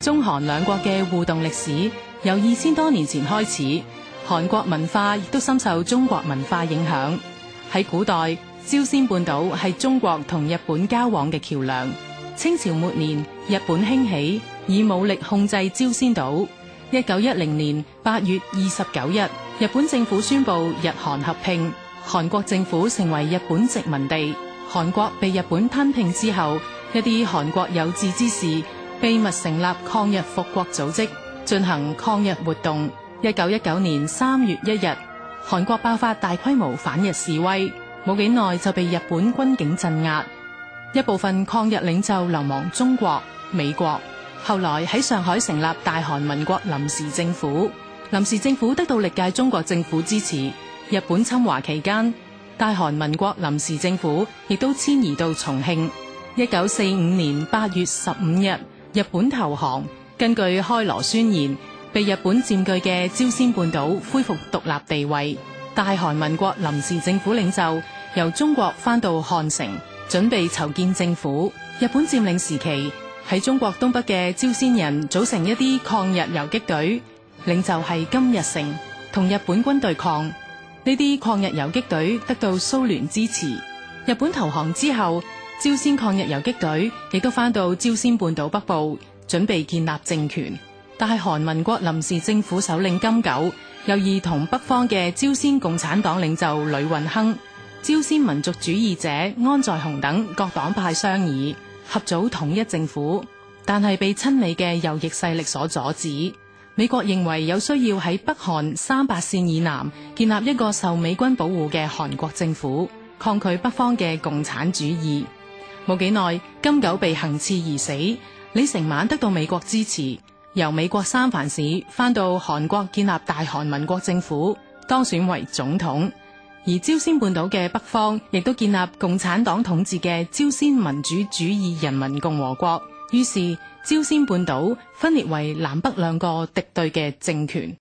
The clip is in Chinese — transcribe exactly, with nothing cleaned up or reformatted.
中韓兩國嘅互動歷史由二千多年前開始，韓國文化亦都深受中國文化影響。喺古代，朝鮮半島係中國同日本交往嘅橋樑。清朝末年，日本興起，以武力控制朝鮮島。一九一零年八月二十九日，日本政府宣布日韓合併，韓國政府成為日本殖民地。韓國被日本吞併之後，一啲韓國有志之士秘密成立抗日復國組織，進行抗日活動。一九一九年三月一日，韓國爆發大規模反日示威，冇幾耐就被日本軍警鎮壓，一部分抗日領袖流亡中國、美國。後來喺上海成立大韓民國臨時政府，臨時政府得到歷屆中國政府支持。日本侵華期間，大韓民國臨時政府亦都遷移到重慶。一九四五年八月十五日，日本投降，根據開羅宣言，被日本佔據嘅朝鮮半島恢復獨立地位。大韓民國臨時政府領袖由中國返到漢城，準備籌建政府。日本佔領時期，喺中國東北嘅朝鮮人組成一啲抗日游擊隊，領袖係金日成，同日本軍對抗。呢啲抗日游擊隊得到蘇聯支持。日本投降之後，朝鮮抗日游擊隊亦都返到朝鮮半島北部，準備建立政權。大韓民國臨時政府首領金九有意同北方嘅朝鮮共產黨領袖呂運亨、朝鮮民族主義者安在雄等各黨派商議，合組統一政府，但係被親美嘅右翼勢力所阻止。美國認為有需要喺北韓三八線以南建立一個受美軍保護嘅韓國政府，抗拒北方嘅共產主義。冇幾耐，金九被行刺而死。李承晚得到美國支持，由美國三藩市返到韓國建立大韓民國政府，當選為總統。而朝鮮半島嘅北方亦都建立共產黨統治嘅朝鮮民主主義人民共和國。於是朝鮮半島分裂為南北兩個敵對嘅政權。